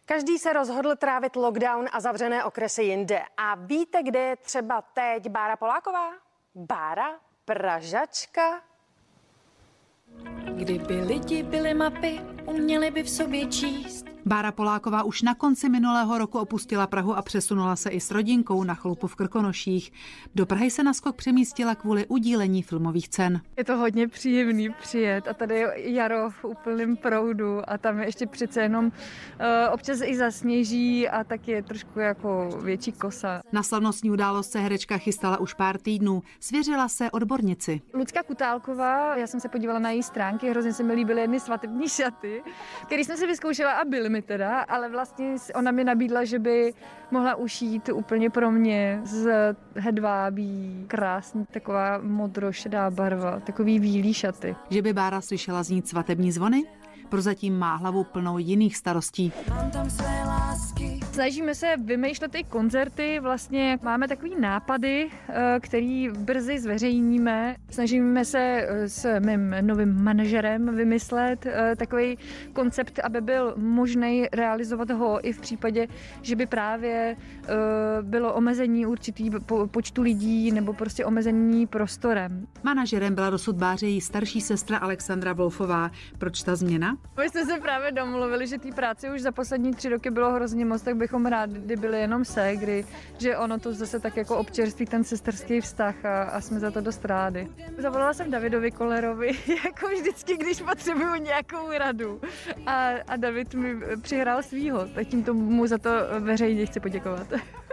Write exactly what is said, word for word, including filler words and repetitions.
Každý se rozhodl trávit lockdown a zavřené okresy jinde. A víte, kde je třeba teď Bára Poláková? Bára Pražačka? Kdyby lidi byly mapy, uměli by v sobě číst. Bára Poláková už na konci minulého roku opustila Prahu a přesunula se i s rodinkou na chalupu v Krkonoších. Do Prahy se naskok přemístila kvůli udílení filmových cen. Je to hodně příjemný přijet a tady je jaro v úplném proudu a tam je ještě přece jenom uh, občas i zasněží a tak je trošku jako větší kosa. Na slavnostní událost se herečka chystala už pár týdnů. Svěřila se odbornici. Lucka Kutálková, já jsem se podívala na její stránky, hrozně se mi líbily jedny svatební šaty, které jsem si vyzkoušela a byly mi teda, ale vlastně ona mi nabídla, že by mohla ušít úplně pro mě z hedvábí, krásný, taková modrošedá barva, takový bílý šaty. Že by Bára slyšela znít svatební zvony? Prozatím má hlavu plnou jiných starostí. Mám tam své lásky. Snažíme se vymýšlet i koncerty, vlastně máme takový nápady, který brzy zveřejníme. Snažíme se s mým novým manažerem vymyslet takový koncept, aby byl možný realizovat ho i v případě, že by právě bylo omezení určitý počtu lidí nebo prostě omezení prostorem. Manažerem byla dosud Báře její starší sestra Alexandra Wolfová. Proč ta změna? My jsme se právě domluvili, že té práce už za poslední tři roky bylo hrozně moc, tak bychom rádi, kdy byly jenom ségry, že ono to zase tak jako občerství ten sesterský vztah a, a jsme za to dost rádi. Zavolala jsem Davidovi Kolerovi, jako vždycky, když potřebuju nějakou radu. A, a David mi přihrál svýho, tak tímto mu za to veřejně chci poděkovat.